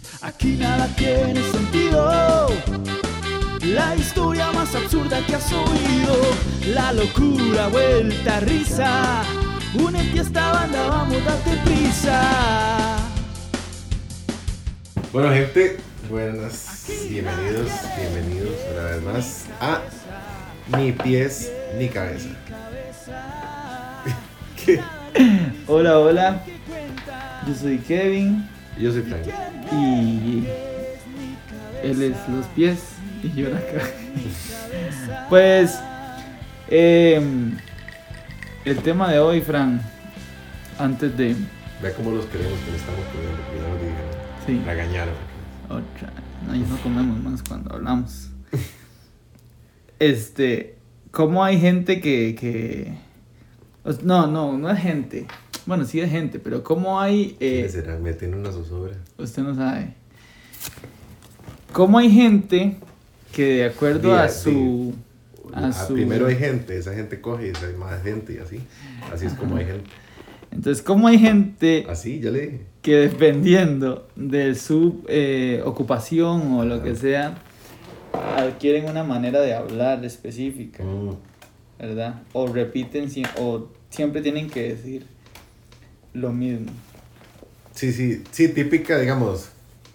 Aquí nada tiene sentido. La historia más absurda que has oído. La locura vuelta a risa. Únete a esta banda, vamos, date prisa. Bueno, gente, buenas, bienvenidos una vez más a Ni Pies Ni Cabeza. ¿Qué? Hola, yo soy Kevin Yo soy Frank. y él es los pies y yo la cabeza. Pues el tema de hoy, Fran, antes de Vea cómo los queremos que le estamos poniendo, porque ya nos dijeron, sí, regañaron. otra, no, ya no comemos más cuando hablamos. ¿Cómo hay gente que no es gente? Bueno, sí es gente, pero ¿cómo hay ¿Quiénes serán? Me tienen una zozobra. usted no sabe? ¿Cómo hay gente que de acuerdo a su Primero hay gente, esa gente coge y hay más gente y así. Así es como hay gente. Entonces, ¿cómo hay gente Así, ya le dije. que dependiendo de su ocupación o lo que sea, adquieren una manera de hablar específica, ¿verdad? O repiten o siempre tienen que decir lo mismo. Sí, típica, digamos,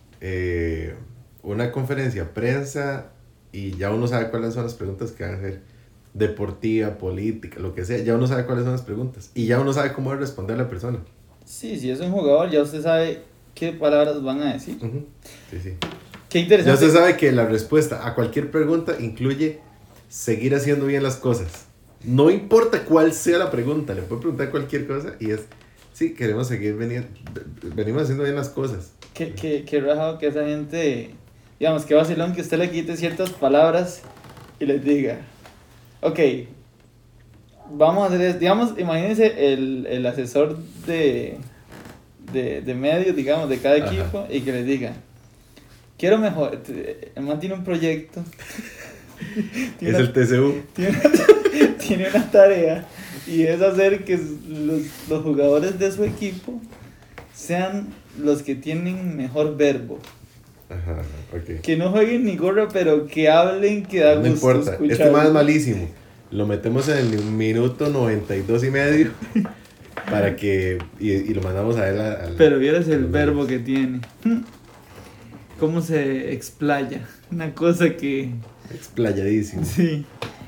una conferencia de prensa y ya uno sabe cuáles son las preguntas que van a hacer. Deportiva, política, lo que sea, ya uno sabe cuáles son las preguntas y ya uno sabe cómo responder a la persona. Sí, si es un jugador, ya usted sabe qué palabras van a decir. Uh-huh. Sí. Qué interesante. Ya usted sabe que la respuesta a cualquier pregunta incluye seguir haciendo bien las cosas. No importa cuál sea la pregunta, le puede preguntar cualquier cosa y es, sí, queremos seguir venimos haciendo bien las cosas. Qué rajado que esa gente, digamos, que vacilón que usted le quite ciertas palabras y les diga, ok, vamos a hacer esto. Digamos, imagínense el asesor de medios, digamos, de cada equipo. Ajá. Y que les diga, quiero mejor, el man tiene un proyecto. Es el TCU. Tiene una tarea y es hacer que los jugadores de su equipo sean los que tienen mejor verbo. Ajá, ok. Que no jueguen ni gorra, pero que hablen, que da no gusto importa. escuchar. Este más es malísimo. Lo metemos en el minuto 92.5 para que y lo mandamos a él pero vieras el verbo que tiene. Cómo se explaya. Una cosa que... explayadísimo. Sí.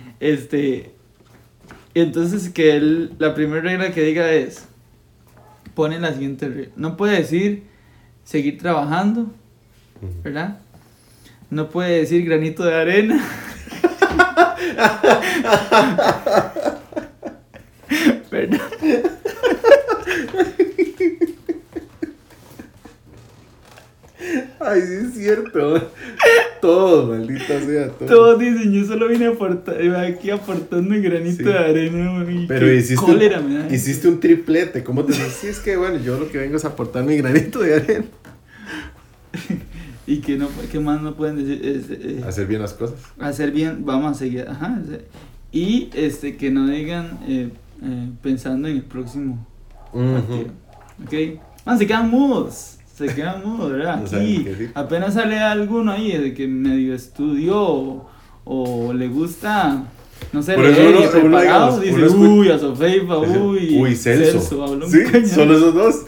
Entonces que la primera regla que diga es, pone la siguiente regla. No puede decir seguir trabajando, ¿verdad? No puede decir granito de arena. ¿Verdad? Ay, sí es cierto. Todos, maldita sea. Todos dicen, yo solo vine aquí aportando el granito de arena. Mami. Pero hiciste un triplete. ¿Cómo te dices? Sí, es que bueno, yo lo que vengo es aportar mi granito de arena. Y que no, ¿qué más no pueden decir? Hacer bien las cosas. Hacer bien, vamos a seguir. Ajá. Y que no digan pensando en el próximo partido. ¿Ok? Se quedan mudos. ¿Verdad? Aquí apenas sale alguno ahí de que medio estudió o le gusta, no sé, leer y preparado, dice, uy, a Sofeifa, uy, Celso. Habló sí, un solo esos dos.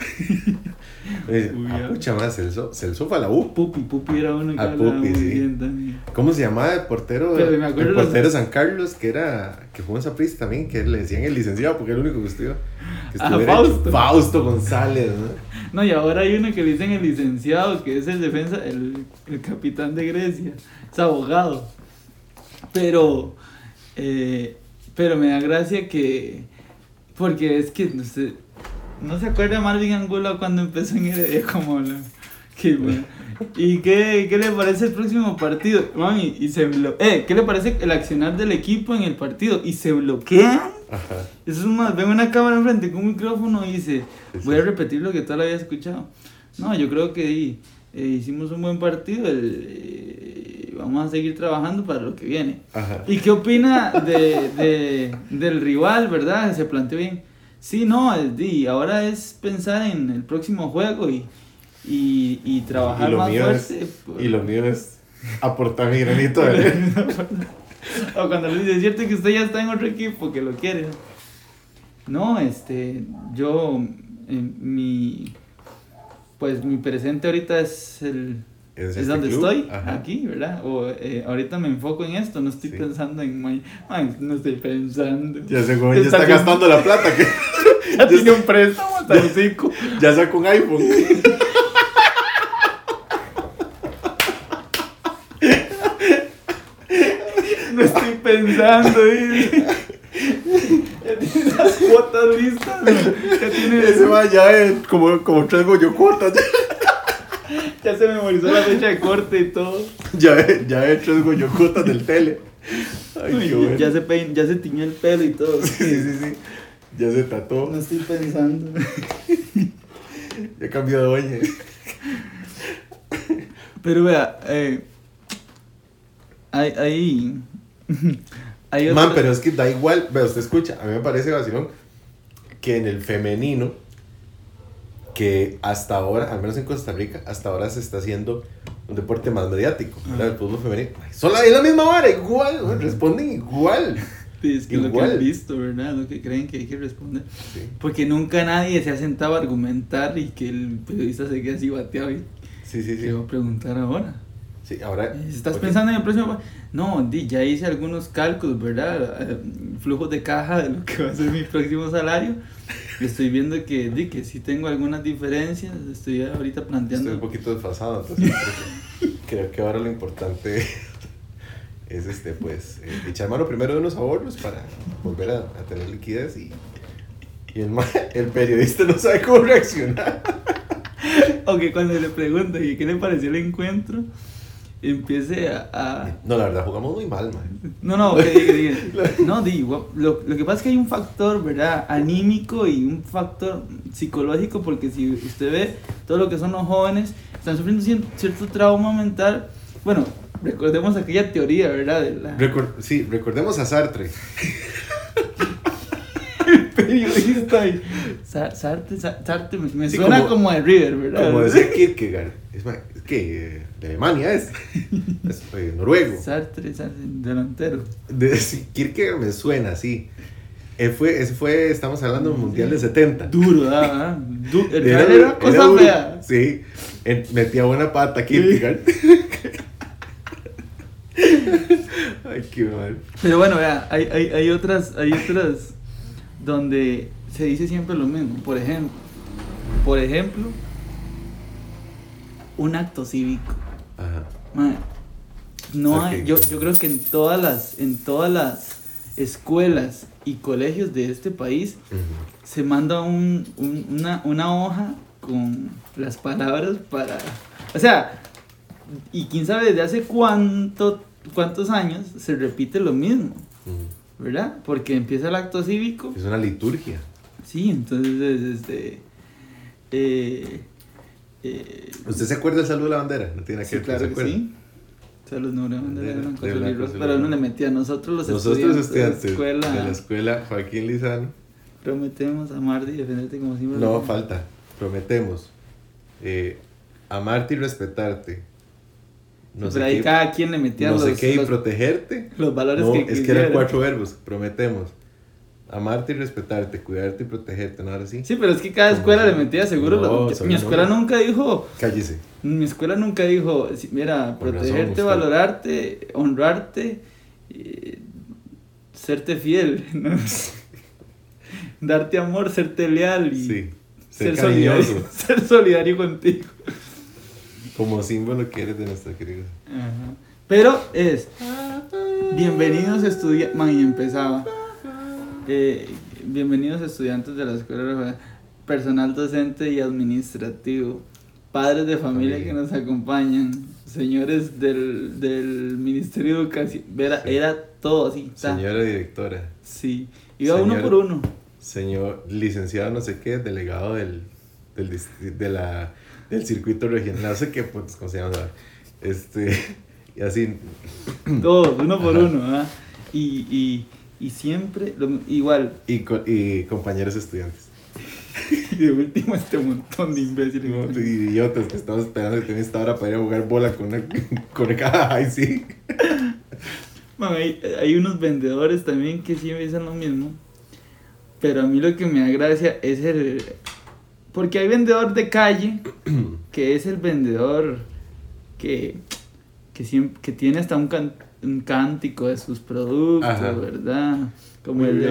Pucha más, Celso fue a la U. Pupi era uno que hablaba muy bien también. ¿Cómo se llamaba el portero? El portero de San Carlos, que fue en Saprissa también, que le decían el licenciado, porque era el único que estudió. Fausto González, ¿no? No, y ahora hay uno que le dicen el licenciado, que es el defensa, el capitán de Grecia, es abogado. Pero me da gracia porque es que no se acuerda Marvin Angulo cuando empezó en Heredia como bueno. ¿Y qué le parece el próximo partido? Mami, ¿qué le parece el accionar del equipo en el partido? Y se bloquean. Ajá. Eso es más, ven una cámara enfrente con un micrófono y dice, voy a repetir lo que tú lo habías escuchado. No, yo creo que hicimos un buen partido, vamos a seguir trabajando para lo que viene. Ajá. ¿Y qué opina del rival, verdad? Se planteó bien. Sí, no, ahora es pensar en el próximo juego y y trabajar más fuerte. Y lo mío es aportar mi granito de arena. O cuando le dice, es cierto que usted ya está en otro equipo que lo quiere. No, yo, mi presente ahorita es donde club. estoy, Ajá. aquí, ¿verdad? O ahorita me enfoco en esto, no estoy pensando en no estoy pensando. Ya sé cómo ya está gastando la plata. Que ya tiene un préstamo hasta el 5. Ya sacó un iPhone. No estoy pensando, dice. Ya tiene las cuotas listas, ¿no? Ya tiene... Ese va ya como 3 goyocuotas. Ya se memorizó la fecha de corte y todo. Ya he 3 goyocuotas del tele. Ay, qué bueno. Ya se tiñó el pelo y todo. Sí. Ya se tatuó. No estoy pensando. Ya cambió de doña. Pero vea, hay Man, pero es que da igual. Vea, usted escucha, a mí me parece vacilón que en el femenino, que hasta ahora, al menos en Costa Rica, hasta ahora se está haciendo un deporte más mediático, ¿verdad? El fútbol femenino. Es la misma hora, igual, ¿no? Responden igual. Sí, es que igual. Lo que han visto, ¿verdad? Lo que creen que hay que responder. Sí. Porque nunca nadie se ha sentado a argumentar y que el periodista se quede así bateado y ¿qué va a preguntar ahora? Sí, ahora... ¿Estás pensando en el próximo? No, ya hice algunos cálculos, ¿verdad? Flujos de caja de lo que va a ser mi próximo salario. Estoy viendo que sí tengo algunas diferencias. Estoy ahorita planteando... Estoy un poquito desfasado, entonces creo que ahora lo importante es echar mano primero de unos ahorros para volver a tener liquidez y el periodista no sabe cómo reaccionar. O que cuando le preguntan ¿qué le pareció el encuentro? Empiece a... No, la verdad, jugamos muy mal, man. No, que diga. No, digo, lo que pasa es que hay un factor, ¿verdad? Anímico y un factor psicológico, porque si usted ve todo lo que son los jóvenes, están sufriendo cierto trauma mental. Bueno, recordemos aquella teoría, ¿verdad? Recordemos a Sartre. El periodista y... Sartre me suena como de River, ¿verdad? Como decía Kierkegaard. Es que de Alemania es noruego. Sartre, delantero. Kierkegaard me suena, sí. Ese fue, estamos hablando del Mundial de 70. Duro, el era cosa fea. Sí, metía buena pata Kierkegaard. Ay, qué mal. Pero bueno, vea, hay otras donde se dice siempre lo mismo. Por ejemplo, un acto cívico. Ajá. Man, no hay, yo creo que en todas las escuelas y colegios de este país se manda una hoja con las palabras para, o sea, y quién sabe desde hace cuántos años se repite lo mismo, ¿verdad? Porque empieza el acto cívico. Es una liturgia. Sí, entonces ¿Usted se acuerda del saludo de la bandera? No tiene que ver. Claro que sí. Saludos de la bandera eran con libros, pero uno le metía a nosotros estudiantes de la escuela Joaquín Lizano. Prometemos amarte y defenderte como siempre. No, falta. Prometemos amarte y respetarte. No pero ahí cada quien le metía y protegerte. Los valores no, que es que eran 4 verbos. Prometemos amarte y respetarte, cuidarte y protegerte, ¿no? Ahora sí. Sí, pero es que cada escuela le metía seguro. Mi escuela nunca dijo. Cállese. Mi escuela nunca dijo, mira, protegerte, valorarte, honrarte, serte fiel, ¿no? Darte amor, serte leal y ser solidario. Ser solidario contigo. Como símbolo que eres de nuestra querida. Ajá. Pero es bienvenidos estudiantes. Man, y empezaba. Bienvenidos estudiantes de la escuela, personal docente y administrativo, padres de familia que nos acompañan, señores del Ministerio de Educación. Era todo así. Señora directora. Sí, iba uno por uno. Señor licenciado no sé qué, delegado del circuito regional, no sé qué, pues, ¿cómo se llama? Y así. Todos, uno por uno, ¿eh? Y siempre igual. Y compañeros estudiantes. Y de último este montón de imbéciles. No, idiotas que estamos esperando que tengan esta hora para ir a jugar bola con una caja. Ay, sí. Man, hay unos vendedores también que sí me dicen lo mismo. Pero a mí lo que me da gracia es el... Porque hay vendedor de calle que es el vendedor que tiene hasta un cántico de sus productos, ajá, ¿verdad? Como el de...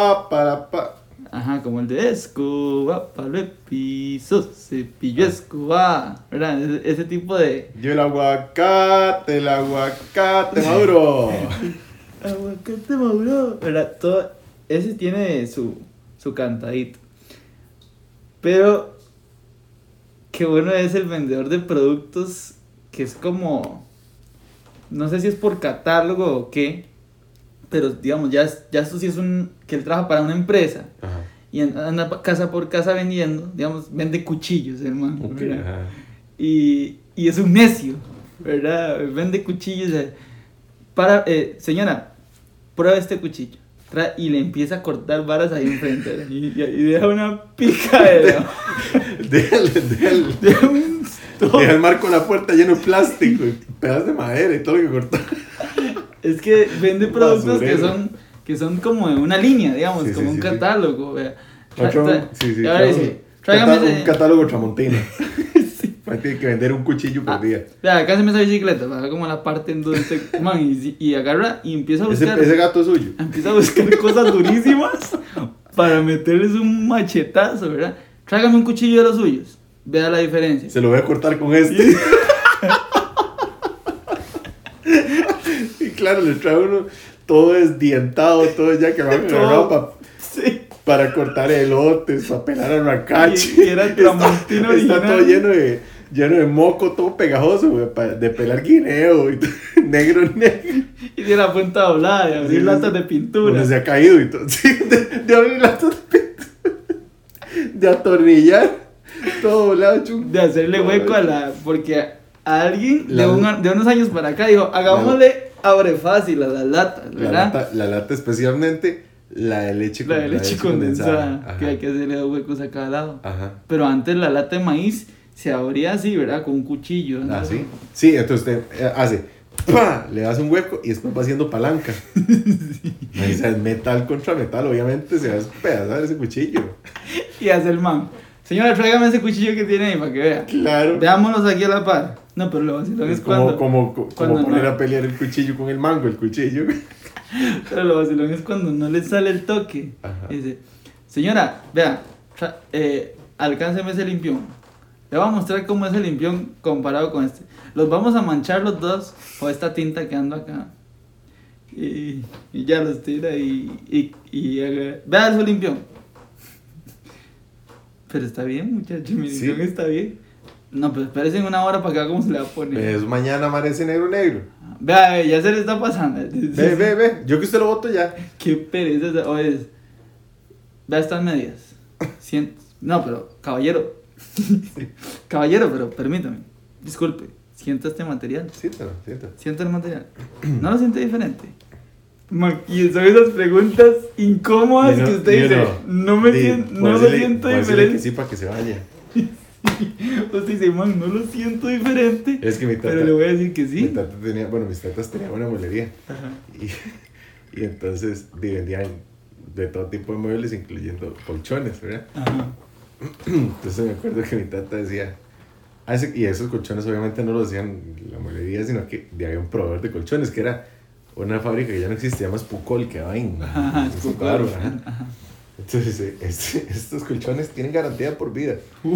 Ajá, como el de escoba, palo de piso, cepillo, escoba, ¿verdad? Ese tipo de... Yo el aguacate maduro. Aguacate maduro, ¿verdad? Todo, ese tiene su cantadito. Pero, qué bueno es el vendedor de productos que es como... No sé si es por catálogo o qué, pero digamos, ya esto sí es que él trabaja para una empresa. Ajá. Y anda casa por casa vendiendo, digamos, vende cuchillos, hermano. Okay, ¿verdad? Y es un necio, ¿verdad? Vende cuchillos. Señora, prueba este cuchillo. Y le empieza a cortar varas ahí enfrente, ¿verdad? Y deja una pica de... Deja el marco de la puerta lleno de plástico y pedazos de madera y todo lo que cortó. Es que vende productos Basurero. que son como de una línea, digamos, Sí, como sí, un sí, catálogo. Vea. Ahora dice, tráigame un catálogo tramontina. Tiene que vender un cuchillo por día. Vea, acá se me esa bicicleta, va como la parte en donde man, y agarra y empieza a buscar. Ese gato es suyo. Empieza a buscar cosas durísimas para meterles un machetazo, ¿verdad? Tráigame un cuchillo de los suyos. Vea la diferencia. Se lo voy a cortar con este. Y claro, le trae uno todo desdientado, todo ya que va a agarrar para cortar elotes, para pelar arracache. Y era tramontina original. Está todo lleno de moco, todo pegajoso, güey, de pelar guineo y todo, negro. Y de la punta doblada, de abrir latas de pintura. Bueno, se ha caído y todo. Sí, de abrir latas de pintura. De atornillar. Todo doblado, chung. De hacerle hueco a la... Porque a alguien de unos años para acá dijo, hagámosle abre fácil a las latas, ¿verdad? La lata especialmente la de leche condensada. Que hay que hacerle huecos a cada lado. Ajá. Pero antes la lata de maíz se abría así, ¿verdad? Con un cuchillo, ¿no? Ah, sí. Sí, entonces usted hace... ¡Pah! Le das un hueco y después va haciendo palanca. Sí. O sea, es metal contra metal, obviamente se va a despedazar ese cuchillo. Y hace el man. Señora, tráigame ese cuchillo que tiene ahí para que vea. Claro. Veámonos aquí a la par. No, pero lo vacilón es como cuando poner no. a pelear el cuchillo con el mango, el cuchillo. Pero lo vacilón es cuando no le sale el toque. Ajá. Y dice, señora, vea, alcánceme ese limpión. Le voy a mostrar cómo es el limpión comparado con este. Los vamos a manchar los dos o esta tinta que ando acá. Y ya los tira y vea su limpión. Pero está bien, muchacho, mi limpión está bien. No, pero espérense en una hora para que vea cómo se le va a poner. Es mañana amanece negro. Vea, ya se le está pasando. Ve. Yo que usted lo voto ya. Qué pereza. Oye, vea estas medidas. No, pero, caballero. Caballero, pero permítame. Disculpe, sienta este material. Siéntalo. Sienta el material. ¿No lo siente diferente? Y son esas preguntas incómodas que usted dice, no lo siento diferente. Que sí, para que se vaya. Usted dice, man, no lo siento diferente. Es que mi tata, pero le voy a decir que sí. Mis tatas tenían una mueblería. Ajá. Y entonces vendían de todo tipo de muebles, incluyendo colchones, ¿verdad? Ajá. Entonces me acuerdo que mi tata decía, y esos colchones obviamente no los hacían la mueblería, sino que había un proveedor de colchones, que era una fábrica que ya no existe, se llama Spucol, que va en Spukol. Entonces, estos colchones tienen garantía por vida.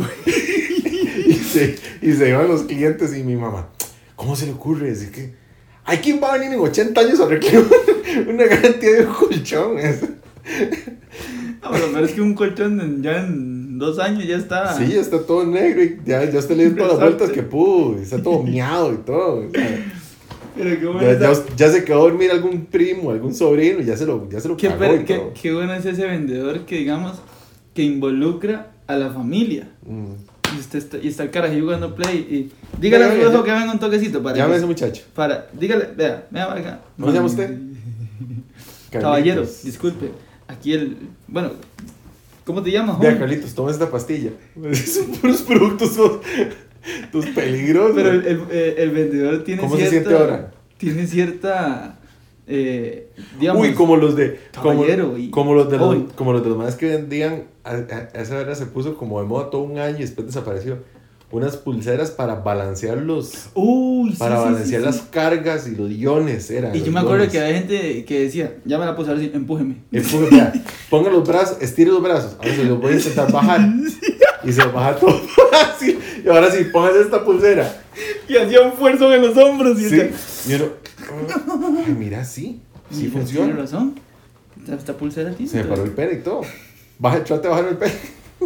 y se iban los clientes y mi mamá, ¿cómo se le ocurre decir que hay quien va a venir en 80 años a reclamar una garantía de un colchón? No, pero es que un colchón ya en 2 años ya está. Sí, ya está todo negro y ya usted le dio todas las vueltas que pudo, está todo miado y todo. O sea, pero qué bueno. Ya se quedó a dormir algún primo, algún sobrino, ya se lo pagó y todo. Qué bueno es ese vendedor que, digamos, que involucra a la familia. Y está el carajillo jugando play y dígale a su hijo que venga un toquecito para... Llame a ese muchacho. Dígale, vea para acá. ¿Cómo se llama usted? Caballero, disculpe. Aquí bueno, ¿Cómo te llamas, Vea, joven? Carlitos, toma esta pastilla. Son puros productos tus peligrosos. Pero el vendedor tiene ¿Cómo cierta... se siente ahora? Tiene cierta... digamos... Uy, como los de... caballero y como los de joven. los demás que vendían... A esa hora se puso como de moda todo un año y después desapareció. Unas pulseras para balancear los... Uy, sí, para sí, balancear sí, las sí. cargas y los iones. Y yo me acuerdo que había gente que decía, ya me la puse, ahora sí, empújeme. Vea, ponga los brazos, estire los brazos. Ahora se los voy a intentar bajar. Y se baja todo fácil. Y ahora sí, póngase esta pulsera. Y hacía un fuerzo en los hombros. Y Sí. decía, Y uno, ay, mira, sí "Mira, funciona. Tiene razón. Esta pulsera tiene. Se me paró el pene y todo. Trate de bajar el pene.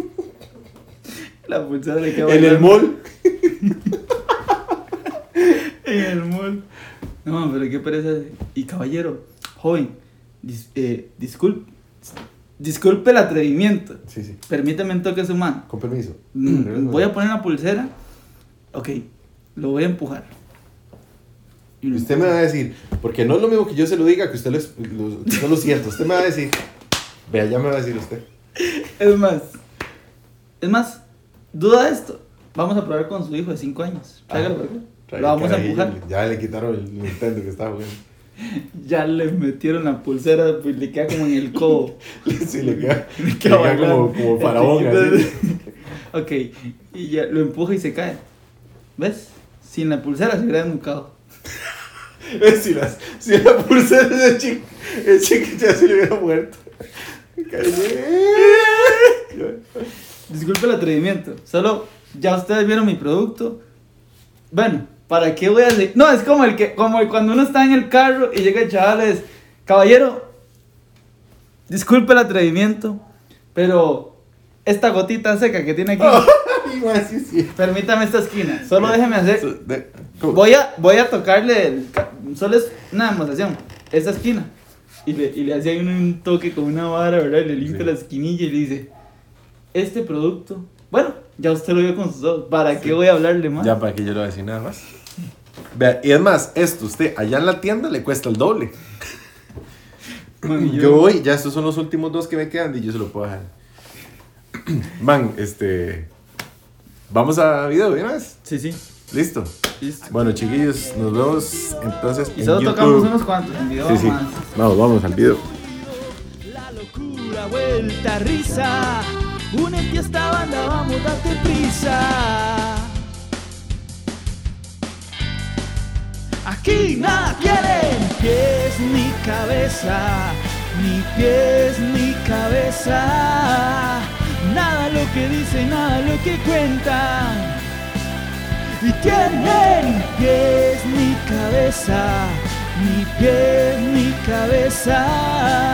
La pulsera le quedó En el mall. En el mall. No, pero qué pereza. Y caballero, joven, disculpe el atrevimiento. Sí. Permítame un toque su mano. Con permiso. Voy a poner una pulsera. Ok, lo voy a empujar. Y usted me va a decir, porque no es lo mismo que yo se lo diga que usted no lo sienta. Usted me va a decir, vea, ya me va a decir usted. Es más, duda de esto. Vamos a probar con su hijo de 5 años. Tráigalo por acá. Lo vamos a empujar. Ya le quitaron el Nintendo que estaba jugando. Ya le metieron la pulsera, pues le queda como en el codo. Sí, le queda bailando. como faraón. Así. Ok, y ya lo empuja y se cae. ¿Ves? Sin la pulsera se hubiera desnucado. Si la pulsera de el chico ya se le hubiera muerto. Disculpe el atrevimiento. Solo, ya ustedes vieron mi producto. Bueno, ¿para qué voy a hacer? No, es como cuando uno está en el carro y llega el chaval, caballero, disculpe el atrevimiento, pero esta gotita seca que tiene aquí, Sí. permítame esta esquina. Solo déjeme hacer. ¿Cómo? Voy a tocarle, solo es una demostración, esta esquina. Y le hacía un toque con una vara, ¿verdad? Y le limpia la esquinilla y le dice, este producto, bueno, ya usted lo vio con sus ojos, ¿para qué voy a hablarle más? Ya, para que yo le voy a decir nada más. Vea, y es más, esto usted allá en la tienda le cuesta el doble. Man, Yo voy, ya estos son los últimos 2 que me quedan y yo se lo puedo dejar. Man, vamos a video, ¿bien más? Sí. ¿Listo? Listo. Bueno, chiquillos, nos vemos entonces Y en solo YouTube. tocamos unos cuantos en video Sí. más. Vamos al video. La locura vuelta risa. Únete a esta banda, vamos, date prisa. Aquí nada quieren pies ni cabeza, ni pies ni cabeza. Nada lo que dicen, nada lo que cuentan. Y tienen pies ni cabeza, ni pies ni cabeza.